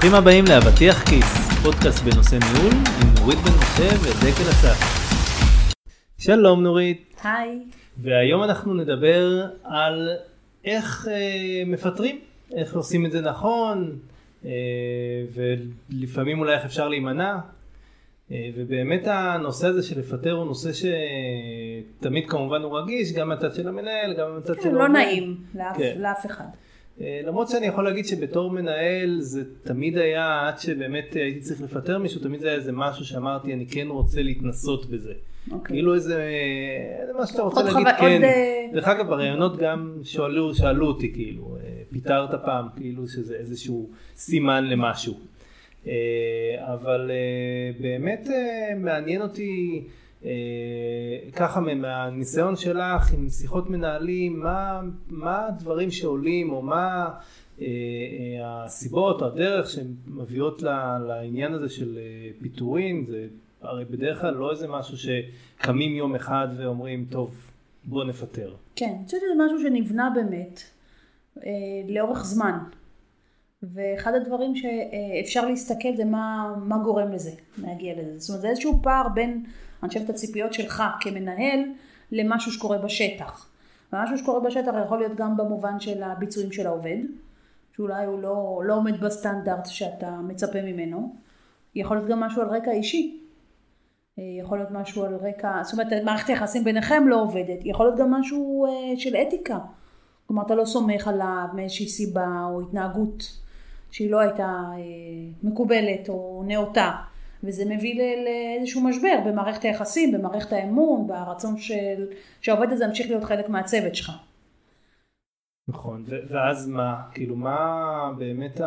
ברוכים הבאים לאבטיח כיס, פודקאסט בנושא ניהול עם נורית בן משה ודקל אסף. שלום נורית. היי. והיום אנחנו נדבר על איך מפטרים, איך עושים את זה נכון, ולפעמים אולי איך אפשר להימנע. ובאמת הנושא הזה של לפטר הוא נושא שתמיד כמובן הוא רגיש, גם מהצד של המנהל, גם מהצד של העובד. לא נעים לאף אחד. למרות שאני יכול להגיד שבתור מנהל זה תמיד היה, עד שבאמת הייתי צריך לפטר מישהו, תמיד זה היה איזה משהו שאמרתי אני כן רוצה להתנסות בזה. כאילו איזה מה שאתה רוצה להגיד כן. דרך אגב ברעיונות גם שאלו אותי כאילו, פיטרת פעם כאילו שזה איזשהו סימן למשהו. אבל באמת מעניין אותי ככה מהניסיון שלך עם שיחות מנהלים, מה הדברים שעולים או מה הסיבות או הדרך שמביאות לעניין הזה של פיטורין. זה הרי בדרך כלל לא איזה משהו שקמים יום אחד ואומרים טוב בוא נפטר. כן, אני חושבת שזה משהו שנבנה באמת לאורך זמן. ואחד הדברים שאפשר להסתכל זה מה גורם לזה, להגיע לזה. זאת אומרת, זה איזשהו פער בין, אני חושבת, הציפיות שלך כמנהל למשהו שקורה בשטח. ומשהו שקורה בשטח יכול להיות גם במובן של הביצועים של העובד, שאולי הוא לא עומד בסטנדרט שאתה מצפה ממנו. יכול להיות גם משהו על רקע אישי. יכול להיות משהו על רקע, זאת אומרת, מערכת היחסים ביניכם לא עובדת. יכול להיות גם משהו של אתיקה. כלומר, אתה לא סומך עליו מאיזושהי סיבה או התנהגות שהיא לא הייתה מקובלת או נאותה. וזה מביא לאיזשהו משבר במערכת היחסים, במערכת האמון, ברצון שהעובד הזה ימשיך להיות חלק מהצוות שלך. נכון, ואז מה? כאילו מה באמת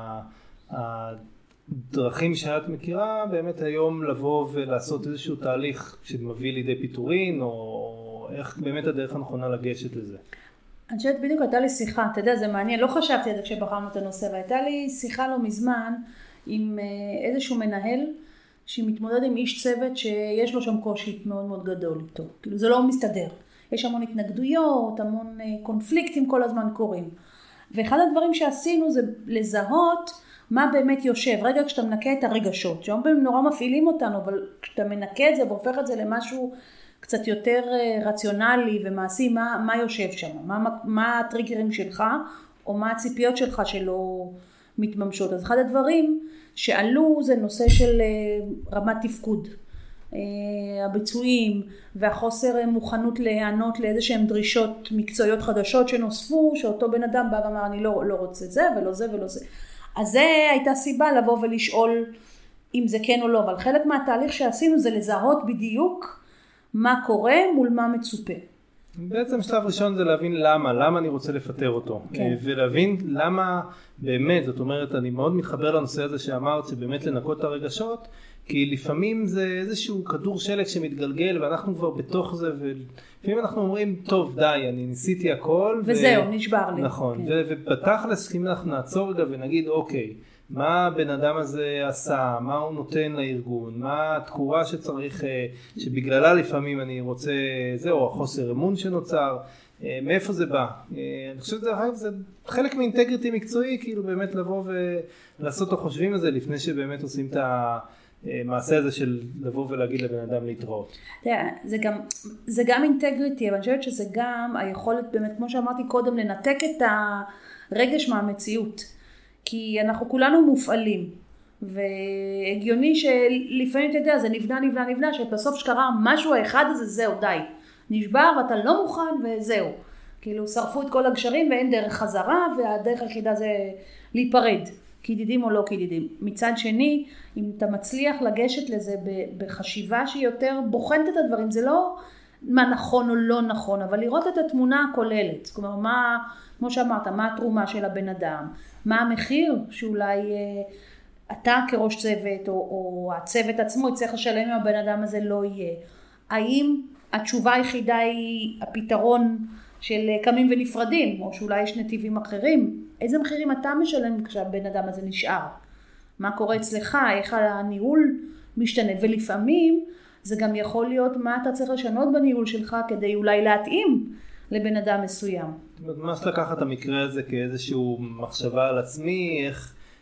הדרכים שאת מכירה באמת היום לבוא ולעשות איזשהו תהליך שמביא לידי פיטורין, או איך באמת הדרך הנכונה לגשת לזה? אני חושבת בדיוק הייתה לי שיחה, אתה יודע זה מעניין, לא חשבתי על זה כשבחרנו את הנושא, והייתה לי שיחה לא מזמן עם איזשהו מנהל שמתמודד עם איש צוות שיש לו שם קושי מאוד מאוד גדול איתו, כאילו זה לא מסתדר, יש המון התנגדויות, המון קונפליקטים כל הזמן קורים, ואחד הדברים שעשינו זה לזהות מה באמת יושב, רגע כשאתה מנקה את הרגשות, שהרבה נורא מפעילים אותנו, אבל כשאתה מנקה את זה והופך את זה למשהו קצת יותר רציונלי ומעשי, מה יושב שם, מה הטריגרים שלך, או מה הציפיות שלך שלא מתממשות. אז אחד הדברים שעלו זה נושא של רמת תפקוד, הביצועים והחוסר מוכנות להיענות לאיזה שהן דרישות מקצועיות חדשות שנוספו, שאותו בן אדם בא ואמר אני לא רוצה זה ולא זה ולא זה. אז זה הייתה סיבה לבוא ולשאול אם זה כן או לא, אבל חלק מהתהליך שעשינו זה לזהות בדיוק מה קורה מול מה מצופה. בעצם שלב ראשון זה להבין למה אני רוצה לפטר אותו. כן. ולהבין למה באמת, זאת אומרת, אני מאוד מתחבר לנושא הזה שאמרת, שבאמת לנקות את הרגשות, כי לפעמים זה איזשהו כדור שלג שמתגלגל, ואנחנו כבר בתוך זה, ולפעמים אנחנו אומרים, טוב, די, אני ניסיתי הכל. וזהו, נשבר לי. נכון, כן. ובתכלס, אם אנחנו נעצור רגע ונגיד, אוקיי, מה הבן אדם הזה עשה, מה הוא נותן לארגון, מה התקורה שצריך, שבגללה לפעמים אני רוצה, זהו, החוסר אמון שנוצר, מאיפה זה בא. אני חושב שזה חלק מאינטגריטי מקצועי, כאילו באמת לבוא ולעשות את החושבים הזה, לפני שבאמת עושים את המעשה הזה של לבוא ולהגיד לבן אדם להתראות. זה גם אינטגריטי, אבל אני חושבת שזה גם היכולת באמת, כמו שאמרתי קודם, לנתק את הרגש מהמציאות. כי אנחנו כולנו מופעלים, והגיוני שלפעמים אתה יודע, זה נבנה, שבסוף שקרה משהו האחד הזה, זהו, די. נשבר ואתה לא מוכן וזהו. כאילו שרפו את כל הגשרים ואין דרך חזרה, והדרך היחידה זה להיפרד, כידידים או לא כידידים. מצד שני, אם אתה מצליח לגשת לזה בחשיבה שהיא יותר בוחנת את הדברים, זה לא מה נכון או לא נכון, אבל לראות את התמונה הכוללת. כלומר, כמו שאמרת, מה התרומה של הבן אדם, מה המחיר שאולי אתה כראש צוות או הצוות עצמו יצטרך לשלם אם הבן אדם הזה לא יהיה. האם התשובה היחידה היא הפתרון של קמים ונפרדים, או שאולי יש נתיבים אחרים? איזה מחירים אתה משלם כשהבן אדם הזה נשאר? מה קורה אצלך? איך הניהול משתנה? ולפעמים זה גם יכול להיות מה אתה צריך לשנות בניהול שלך כדי אולי להתאים לבן אדם מסוים. ממש לקחת את המקרה הזה כאיזשהו מחשבה על עצמי, איך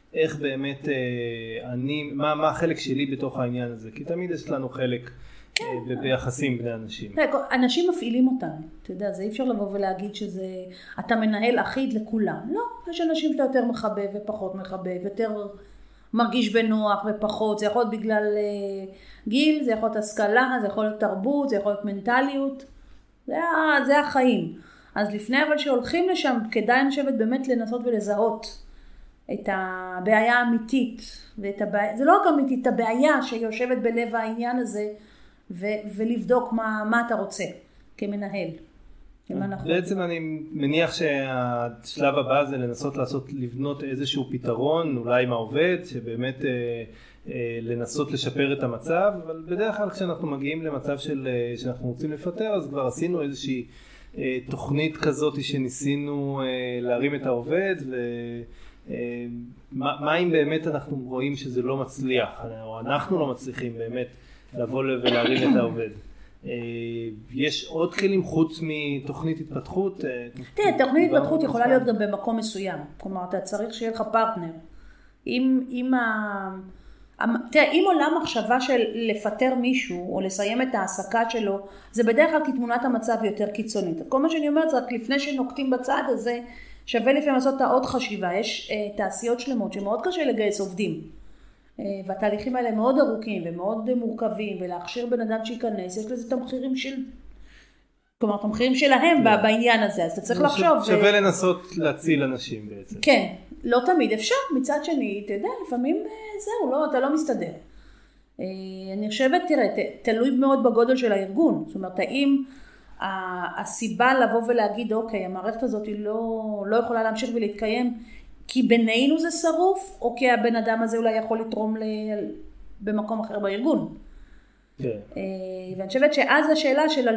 איך באמת מה החלק שלי בתוך העניין הזה, כי תמיד יש לנו חלק ביחסים בני אנשים. אנשים מפעילים אותם, אתה יודע, זה אי אפשר לבוא ולהגיד שזה, אתה מנהל אחיד לכולם. לא, יש אנשים שאתה יותר מחבב ופחות מחבב, יותר מרגיש בנוח ופחות, זה יכול להיות בגלל גיל, זה יכול להיות השכלה, זה יכול להיות תרבות, זה יכול להיות מנטליות, זה החיים. אז לפני אבל שהולכים לשם, כדאי לשבת באמת לנסות ולזהות את הבעיה האמיתית, זה לא רק אמיתית, את הבעיה שיושבת בלב העניין הזה, ולבדוק מה אתה רוצה כמנהל. בעצם אני מניח שהשלב הבא זה לנסות לבנות איזשהו פתרון, אולי עם העובד, שבאמת לנסות לשפר את המצב, אבל בדרך כלל כשאנחנו מגיעים למצב שאנחנו רוצים לפטר, אז כבר עשינו איזושהי תוכנית כזאת שניסינו להרים את העובד, ומה אם באמת אנחנו רואים שזה לא מצליח, או אנחנו לא מצליחים באמת לבוא ולהרים את העובד. יש עוד כלים חוץ מתוכנית התפתחות? תראה, תוכנית התפתחות יכולה להיות גם במקום מסוים. כלומר, אתה צריך שיהיה לך פרטנר. אם עולה מחשבה של לפטר מישהו או לסיים את העסקה שלו, זה בדרך כלל כתמונת המצב יותר קיצונית. כל מה שאני אומרת זה רק לפני שנוקטים בצעד הזה, שווה לפעמים לעשות את העוד חשיבה. יש תעשיות שלמות שמאוד קשה לגייס עובדים. והתהליכים האלה מאוד ארוכים ומאוד מורכבים, ולהכשיר בן אדם שייכנס, יש לזה תמחירים תמחירים שלהם בעניין הזה, אז אתה צריך לחשוב. שווה לנסות להציל אנשים בעצם. כן, לא תמיד אפשר, מצד שני, אתה יודע, לפעמים זהו, אתה לא מסתדר. אני חושבת, תראה, תלוי מאוד בגודל של הארגון, זאת אומרת, האם הסיבה לבוא ולהגיד, אוקיי, המערכת הזאת היא לא יכולה להמשיך ולהתקיים, כי בינינו זה שרוף, או כי הבן אדם הזה אולי יכול לתרום במקום אחר בארגון. כן. ואני חושבת שאז השאלה של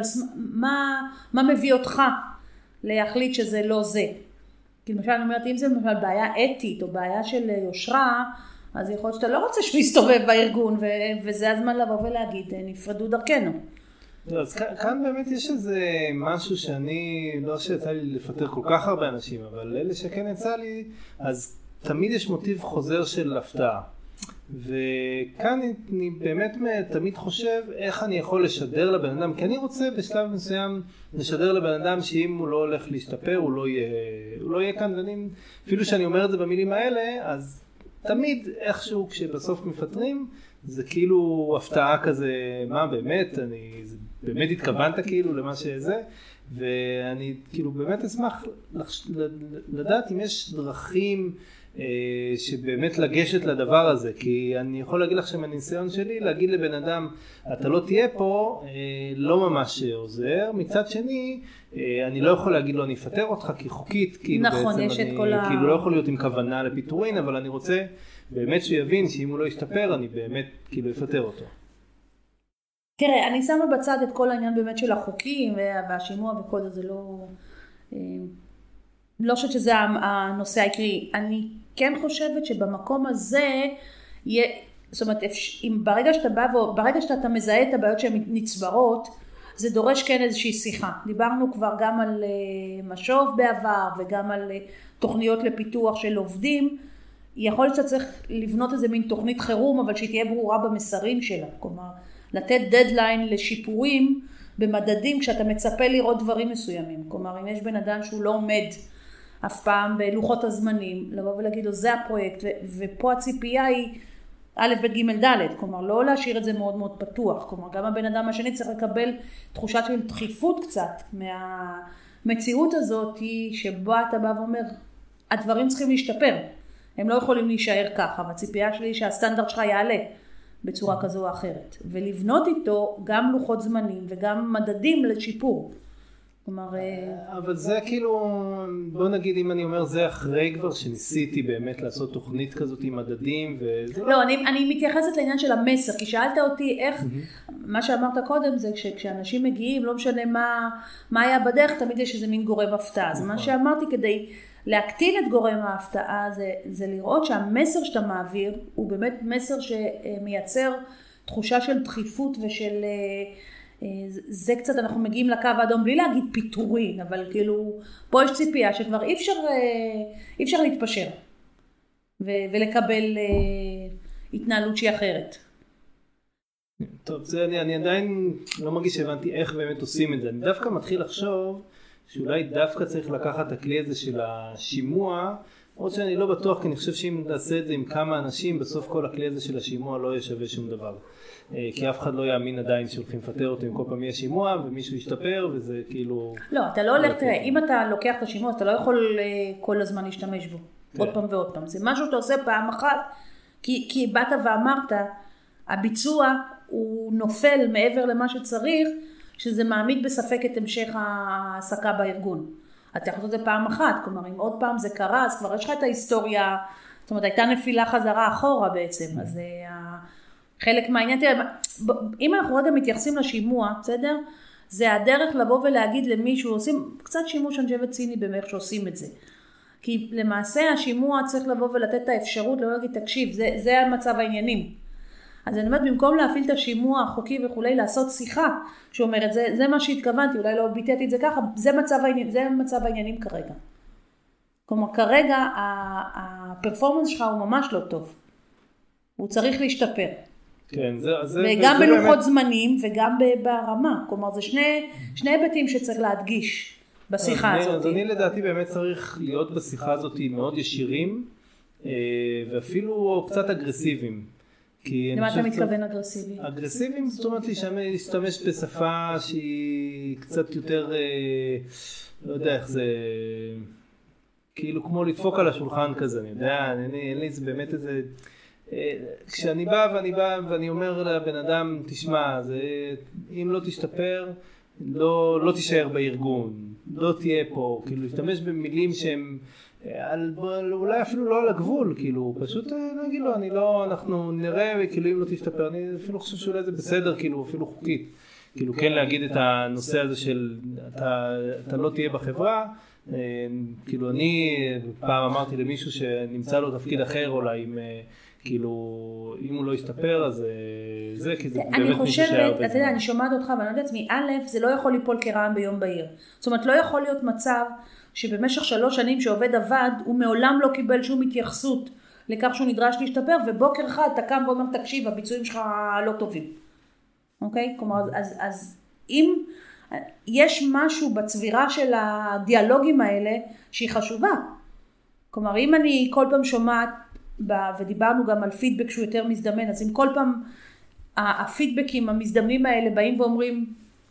מה מביא אותך להחליט שזה לא זה. כי למשל אני אומרת, אם זה למשל בעיה אתית או בעיה של יושרה, אז יכול להיות שאתה לא רוצה שהוא יסתובב בארגון, וזה הזמן לבוא ולהגיד, נפרדו דרכנו. אז כאן באמת יש איזה משהו שאני, לא שיצא לי לפטר כל כך הרבה אנשים, אבל אלה שכן יצא לי, אז תמיד יש מוטיב חוזר של הפתעה. וכאן אני באמת תמיד חושב איך אני יכול לשדר לבן אדם, כי אני רוצה בשלב מסוים לשדר לבן אדם שאם הוא לא הולך להשתפר, הוא לא יהיה כאן, אפילו שאני אומר את זה במילים האלה, אז תמיד איכשהו כשבסוף מפטרים, זה כאילו הפתעה כזה, מה באמת, באמת התכוונת כאילו למה שזה, ואני כאילו באמת אשמח לדעת אם יש דרכים שבאמת לגשת לדבר הזה, כי אני יכול להגיד לך שמהניסיון שלי, להגיד לבן אדם, אתה לא תהיה פה, לא ממש עוזר. מצד שני, אני לא יכול להגיד לו, אני אפטר אותך, כי חוקית, כאילו נכון, בעצם כאילו לא יכול להיות עם כוונה לפיטורין, אבל אני רוצה באמת שהוא יבין שאם הוא לא ישתפר, אני באמת כאילו אפטר אותו. תראה, אני שמה בצד את כל העניין באמת של החוקים והשימוע וכל זה, לא חושבת שזה הנושא העיקרי. אני כן חושבת שבמקום הזה, זאת אומרת, ברגע שאתה מזהה את הבעיות שהן נצברות, זה דורש כן איזושהי שיחה. דיברנו כבר גם על משוב בעבר וגם על תוכניות לפיתוח של עובדים. יכול להיות שאתה צריך לבנות איזה מין תוכנית חירום, אבל שהיא תהיה ברורה במסרים שלה. כלומר, לתת דדליין לשיפורים במדדים כשאתה מצפה לראות דברים מסוימים. כלומר, אם יש בן אדם שהוא לא עומד אף פעם בלוחות הזמנים, לבוא ולהגיד לו, זה הפרויקט, ופה הציפייה היא א' ב' ג' ד', כלומר, לא להשאיר את זה מאוד מאוד פתוח. כלומר, גם הבן אדם השני צריך לקבל תחושה של דחיפות קצת מהמציאות הזאת, שבה אתה בא ואומר, הדברים צריכים להשתפר. הם לא יכולים להישאר ככה, והציפייה שלי שהסטנדרט שלך יעלה בצורה כזו או אחרת. ולבנות איתו גם לוחות זמנים וגם מדדים לשיפור. כלומר, אבל זה כאילו, בוא נגיד אם אני אומר זה אחרי כבר שניסיתי באמת לעשות תוכנית כזאת עם מדדים וזה לא, אני מתייחסת לעניין של המסר, כי שאלת אותי איך, מה שאמרת קודם זה כשאנשים מגיעים, לא משנה מה היה בדרך, תמיד יש איזה מין גורם הפתעה. אז מה שאמרתי כדי להקטין את גורם ההפתעה זה לראות שהמסר שאתה מעביר הוא באמת מסר שמייצר תחושה של דחיפות ושל זה קצת אנחנו מגיעים לקו האדום בלי להגיד פיטורין, אבל כאילו פה יש ציפייה שכבר אי אפשר להתפשר. ולקבל התנהלות שהיא אחרת. טוב, אני עדיין לא מרגיש שהבנתי איך באמת עושים את זה. אני דווקא מתחיל לחשוב שאולי דווקא צריך לקחת את הכלי הזה של השימוע, עוד שאני לא בטוח, כי אני חושב שאם נעשה את זה עם כמה אנשים, בסוף כל הכלי הזה של השימוע לא ישווה שום דבר. כי אף אחד לא יאמין עדיין שהולכים לפטר אותו אם כל פעם יהיה שימוע ומישהו ישתפר, וזה כאילו... לא, אתה לא הולך, תראה, אם אתה לוקח את השימוע, אתה לא יכול כל הזמן להשתמש בו. עוד פעם ועוד פעם. זה משהו שאתה עושה פעם אחת, כי באת ואמרת, הביצוע הוא נופל מעבר למה שצריך, שזה מעמיד בספק את המשך העסקה בארגון. אתה יכול לעשות את זה פעם אחת, כלומר, אם עוד פעם זה קרה, אז כבר יש לך את ההיסטוריה, זאת אומרת, הייתה נפילה חזרה אחורה בעצם, אז זה חלק מהעניין. תראה, אם אנחנו רגע מתייחסים לשימוע, בסדר? זה הדרך לבוא ולהגיד למישהו, עושים קצת שימוש אנשי וציני במאיך שעושים את זה. כי למעשה השימוע צריך לבוא ולתת את האפשרות, לא להגיד, תקשיב, זה המצב העניינים. אז אני אומרת, במקום להפעיל את השימוע החוקי וכולי, לעשות שיחה, שאומרת, זה מה שהתכוונתי, אולי לא ביטאתי את זה ככה, זה מצב העניינים כרגע. כלומר, כרגע הפרפורמנס שלך הוא ממש לא טוב. הוא צריך להשתפר. כן, וגם בלוחות זמנים וגם ברמה. כלומר, זה שני היבטים שצריך להדגיש בשיחה הזאת. אז אני לדעתי באמת צריך להיות בשיחה הזאת מאוד ישירים, ואפילו קצת אגרסיביים. למה אתה מתכוון אגרסיבי? אגרסיביים, זאת אומרת להשתמש בשפה שהיא קצת יותר, לא יודע איך זה, כאילו כמו לדפוק על השולחן כזה, אני יודע, אין לי זה באמת איזה, כשאני בא ואני אומר לבן אדם, תשמע, אם לא תשתפר, לא תישאר בארגון, לא תהיה פה, כאילו להשתמש במילים שהם, אולי אפילו לא על הגבול, כאילו, פשוט נגיד לו, אנחנו נראה, כאילו אם לא תשתפר, אני אפילו חושב שאולי זה בסדר, כאילו, אפילו חוקית, כאילו, כן להגיד את הנושא הזה של, אתה לא תהיה בחברה, כאילו, אני פעם אמרתי למישהו שנמצא לו תפקיד אחר, אולי כאילו, אם הוא לא ישתפר, אז זה, כי זה באמת מישהו שהיה הרבה זמן. אתה יודע, אני שומעת אותך, ואני יודעת עצמי, א', זה לא יכול ליפול כרעם ביום בהיר. זאת אומרת, לא יכול להיות מצב שבמשך 3 שנים שעובד עבד, הוא מעולם לא קיבל שום התייחסות לכך שהוא נדרש להשתפר, ובוקר אחד אתה קם ואומר, תקשיב, הביצועים שלך לא טובים. אוקיי? כלומר, אז אם יש משהו בצבירה של הדיאלוגים האלה, שהיא חשובה. כלומר, אם אני כל פעם שומעת, ודיברנו גם על פידבק שהוא יותר מזדמן, אז אם כל פעם הפידבקים המזדמנים האלה באים ואומרים,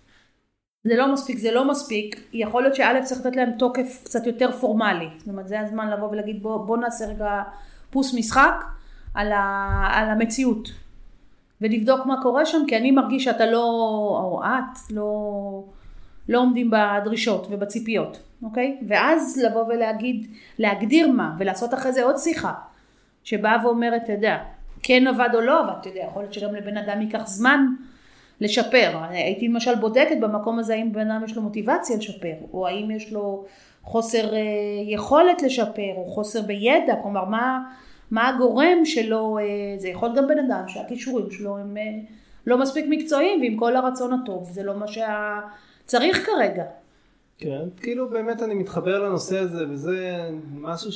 זה לא מספיק, יכול להיות שא' צריך לתת להם תוקף קצת יותר פורמלי. זאת אומרת, זה הזמן לבוא ולהגיד, בוא נעשה רגע פוס משחק על המציאות, ולבדוק מה קורה שם, כי אני מרגיש שאתה או את לא עומדים בדרישות ובציפיות, אוקיי? ואז לבוא ולהגיד, להגדיר מה, ולעשות אחרי זה עוד שיחה, שבאה ואומרת, אתה יודע, כן עבד או לא עבד, אתה יודע, יכול להיות שגם לבן אדם ייקח זמן לשפר. הייתי למשל בודקת במקום הזה, האם בן אדם יש לו מוטיבציה לשפר, או האם יש לו חוסר יכולת לשפר, או חוסר בידע, כלומר, מה הגורם שלו, זה יכול גם בן אדם שהכישורים שלו הם לא מספיק מקצועיים, ועם כל הרצון הטוב, זה לא מה שצריך כרגע. כן, כאילו באמת אני מתחבר לנושא הזה, וזה משהו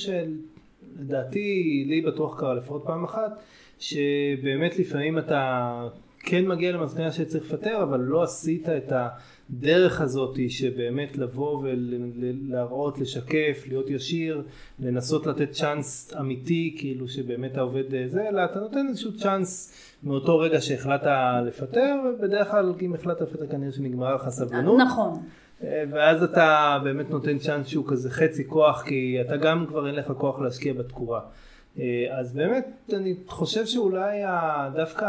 שלדעתי לי בטוח קרה לפחות פעם אחת, שבאמת לפעמים אתה כן מגיע למסקנה שצריך לפטר, אבל לא עשית את הדרך הזאת שבאמת לבוא ולהראות, לשקף, להיות ישיר, לנסות לתת צ'אנס אמיתי, כאילו שבאמת העובד זה, אלא אתה נותן איזשהו צ'אנס מאותו רגע שהחלטת לפטר, ובדרך כלל אם החלטת לפטר כנראה שנגמרה לך סבלנות. נכון. ואז אתה באמת נותן צ'אנס שהוא כזה חצי כוח, כי אתה גם כבר אין לך כוח להשקיע בתקורה. אז באמת אני חושב שאולי דווקא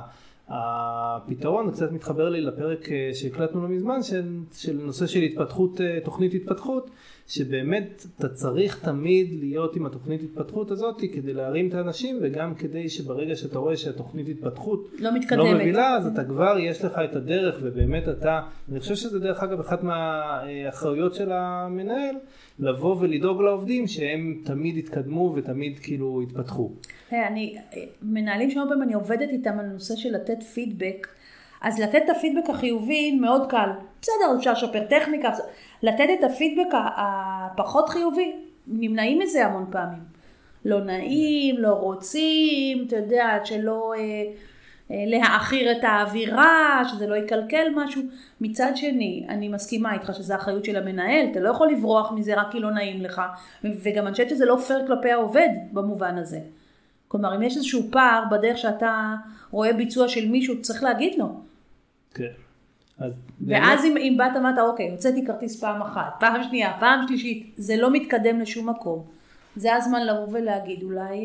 הפתרון קצת מתחבר לי לפרק שהקלטנו לא מזמן של נושא של התפתחות, תוכנית התפתחות, שבאמת אתה צריך תמיד להיות עם התוכנית התפתחות הזאת כדי להרים את האנשים, וגם כדי שברגע שאתה רואה שהתוכנית התפתחות לא מבילה, אז אתה כבר יש לך את הדרך, ובאמת אני חושב שזה דרך אגב אחת מהאחריות של המנהל, לבוא ולדאוג לעובדים שהם תמיד יתקדמו ותמיד כאילו יתפתחו. מנהלים שם פעם אני עובדת איתם על נושא של לתת פידבק, אז לתת את הפידבק החיובי מאוד קל. בסדר, אפשר לשפר טכניקה, לתת את הפידבק הפחות חיובי, נמנעים מזה המון פעמים. לא נעים, לא רוצים, אתה יודע, שלא להאחיר את האווירה, שזה לא יקלקל משהו. מצד שני, אני מסכימה איתך שזה האחריות של המנהל, אתה לא יכול לברוח מזה רק כי לא נעים לך, וגם אני חושבת שזה לא פייר כלפי העובד במובן הזה. כלומר, אם יש איזשהו פער בדרך שאתה רואה ביצוע של מישהו, צריך להגיד לו. כן. ואז אם באת אמרת, אוקיי, הוצאתי כרטיס פעם אחת, פעם שנייה, פעם שלישית, זה לא מתקדם לשום מקום. זה הזמן לבוא ולהגיד, אולי,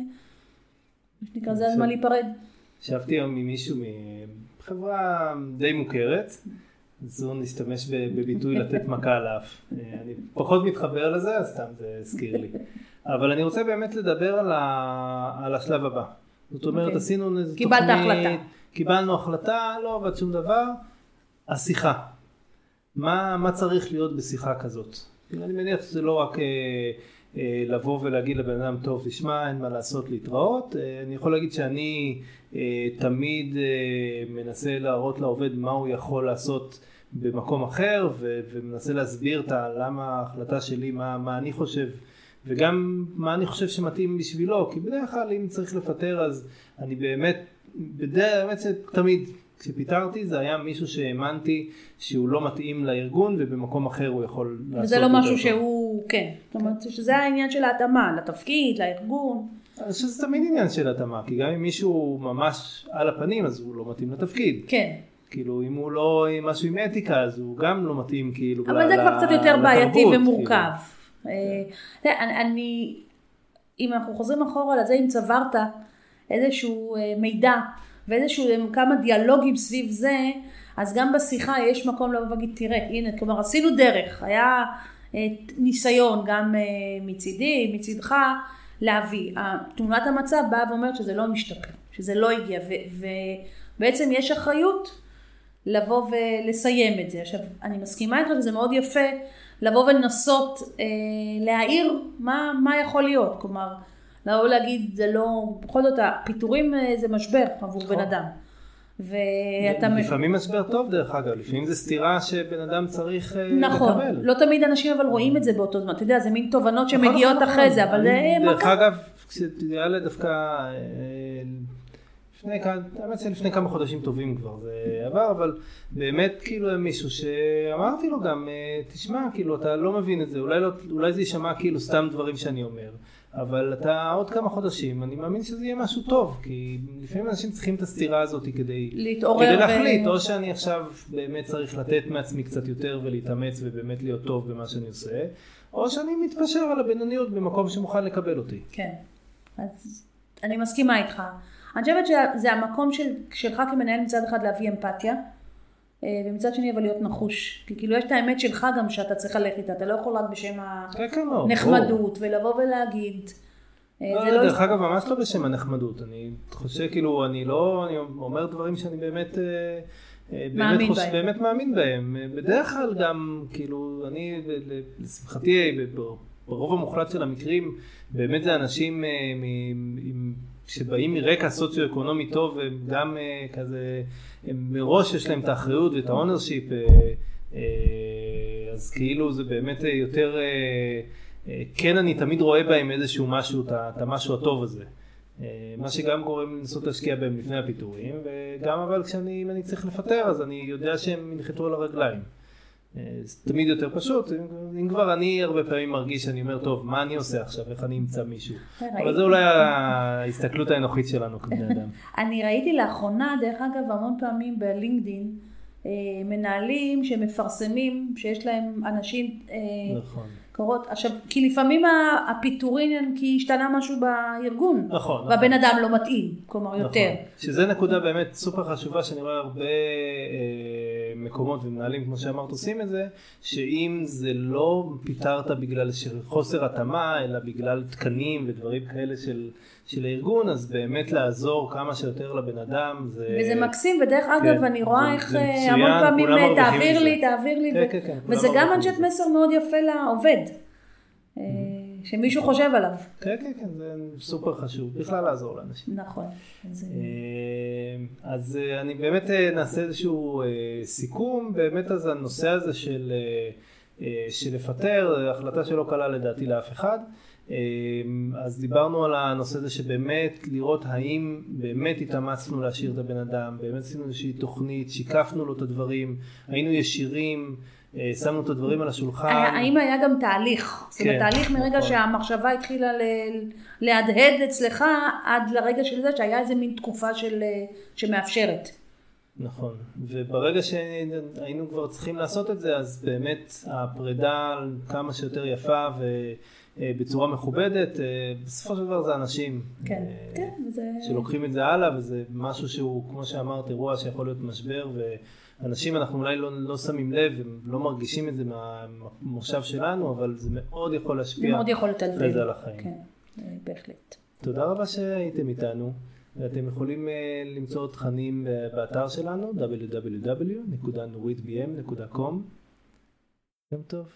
זה הזמן להיפרד. שבתי היום ממישהו מחברה די מוכרת, זו נשתמש בביטוי לתת מכה על אף. אני פחות מתחבר לזה, אז סתם זה הזכיר לי. אבל אני רוצה באמת לדבר על השלב הבא. זאת אומרת, עשינו איזו תוכנית. קיבלת החלטה. קיבלנו החלטה, לא עבד שום דבר. השיחה. מה צריך להיות בשיחה כזאת? אני מניח שזה לא רק לבוא ולהגיד לבן אדם, טוב, תשמע, אין מה לעשות להתראות. אני יכול להגיד שאני תמיד מנסה להראות לעובד מה הוא יכול לעשות במקום אחר, ומנסה להסביר למה ההחלטה שלי, מה אני חושב, וגם מה אני חושב שמתאים בשבילו, כי בדרך כלל אם צריך לפטר, אז אני באמת תמיד, כשפיטרתי זה היה מישהו שהאמנתי שהוא לא מתאים לארגון, ובמקום אחר הוא יכול לעשות. וזה לא משהו שהוא, כן, זאת אומרת שזה העניין של ההתאמה, לתפקיד, לארגון. אני חושב שזה תמיד עניין של התאמה, כי גם אם מישהו ממש על הפנים, אז הוא לא מתאים לתפקיד. כן. כאילו, אם הוא לא משהו עם אתיקה, אז הוא גם לא מתאים, כאילו, אבל זה כבר קצת יותר בעייתי ומורכב. אם אנחנו חוזרים אחורה לזה, אם צברת איזשהו מידע, ואיזשהו כמה דיאלוגים סביב זה, אז גם בשיחה יש מקום לבוא ולהגיד, תראה, הנה, כלומר, עשינו דרך, היה ניסיון גם מצידי, מצידך, להביא. תמונת המצב באה ואומרת שזה לא משתפר, שזה לא הגיע, ובעצם יש אחריות לבוא ולסיים את זה. עכשיו, אני מסכימה איתך שזה מאוד יפה, לבוא ולנסות להעיר מה יכול להיות, כלומר, לא להגיד, זה לא, בכל זאת, הפיטורים זה משבר עבור בן אדם. לפעמים משבר טוב דרך אגב, לפעמים זה סתירה שבן אדם צריך לקבל. נכון, לא תמיד אנשים אבל רואים את זה באותו זמן, אתה יודע, זה מין תובנות שמגיעות אחרי זה, אבל זה מכה. דרך אגב, כשהיה לי דווקא, לפני כמה חודשים טובים כבר זה עבר, אבל באמת כאילו מישהו שאמרתי לו גם, תשמע, כאילו אתה לא מבין את זה, אולי זה יישמע כאילו סתם דברים שאני אומר. אבל אתה עוד כמה חודשים, אני מאמין שזה יהיה משהו טוב, כי לפעמים אנשים צריכים את הסתירה הזאת כדי להחליט, או שאני עכשיו באמת צריך לתת מעצמי קצת יותר ולהתאמץ ובאמת להיות טוב במה שאני עושה, או שאני מתפשר על הבינוניות במקום שמוכן לקבל אותי. כן, אז אני מסכימה איתך. אני חושבת שזה המקום שלך כמנהל מצד אחד להביא אמפתיה, ומצד שני אבל להיות נחוש, כי כאילו יש את האמת שלך גם שאתה צריך ללכת איתה, אתה לא יכול רק בשם הנחמדות ולבוא ולהגיד. דרך אגב ממש לא בשם הנחמדות, אני חושב כאילו אני אומר דברים שאני באמת מאמין בהם, בדרך כלל גם כאילו אני לשמחתי ברוב המוחלט של המקרים באמת זה אנשים שבאים מרקע סוציו-אקונומי טוב וגם כזה מראש יש להם את האחריות ואת האונרשיפ, אז כאילו זה באמת יותר, כן אני תמיד רואה בהם איזשהו משהו, את המשהו הטוב הזה, מה שגם גורם לנסות להשקיע בהם לפני הפיטורים, וגם אבל אם אני צריך לפטר אז אני יודע שהם ינחתו על הרגליים. זה תמיד יותר פשוט, אם כבר אני הרבה פעמים מרגיש שאני אומר טוב מה אני עושה עכשיו, איך אני אמצא מישהו, אבל זה אולי ההסתכלות האנוכית שלנו כבני אדם. אני ראיתי לאחרונה דרך אגב המון פעמים בלינקדין מנהלים שמפרסמים שיש להם אנשים קורות, עכשיו כי לפעמים הפיטורים כי השתנה משהו בארגון, והבן אדם לא מתאים, כלומר יותר. שזה נקודה באמת סופר חשובה שאני רואה הרבה מקומות ומנהלים כמו שאמרת עושים את זה, שאם זה לא פיטרת בגלל חוסר התאמה אלא בגלל תקנים ודברים כאלה של הארגון, אז באמת לעזור כמה שיותר לבן אדם וזה מקסים, ודרך אגב אני רואה איך המון פעמים תעביר לי וזה גם אנשית מסר מאוד יפה לעובד שמישהו חושב עליו. כן, זה סופר חשוב בכלל לעזור לאנשים. נכון. אז אני באמת נעשה איזשהו סיכום, באמת אז הנושא הזה של לפטר, החלטה שלא קלה לדעתי לאף אחד, אז דיברנו על הנושא הזה שבאמת לראות האם באמת התאמצנו להשאיר את הבן אדם, באמת עשינו איזושהי תוכנית, שיקפנו לו את הדברים, היינו ישירים, שמנו את הדברים על השולחן. האם היה גם תהליך? זאת אומרת, תהליך מרגע שהמחשבה התחילה להדהד אצלך עד לרגע של זה שהיה איזה מין תקופה שמאפשרת. נכון, וברגע שהיינו כבר צריכים לעשות את זה, אז באמת הפרידה כמה שיותר יפה ובצורה מכובדת, בסופו של דבר זה אנשים שלוקחים את זה הלאה, וזה משהו שהוא, כמו שאמרת, אירוע שיכול להיות משבר, ואנשים אנחנו אולי לא שמים לב, הם לא מרגישים את זה מהמושב שלנו, אבל זה מאוד יכול להשפיע אחרי זה על החיים. כן, בהחלט. תודה רבה שהייתם איתנו. ואתם יכולים למצוא תכנים באתר שלנו www.nuritbm.com. יום טוב.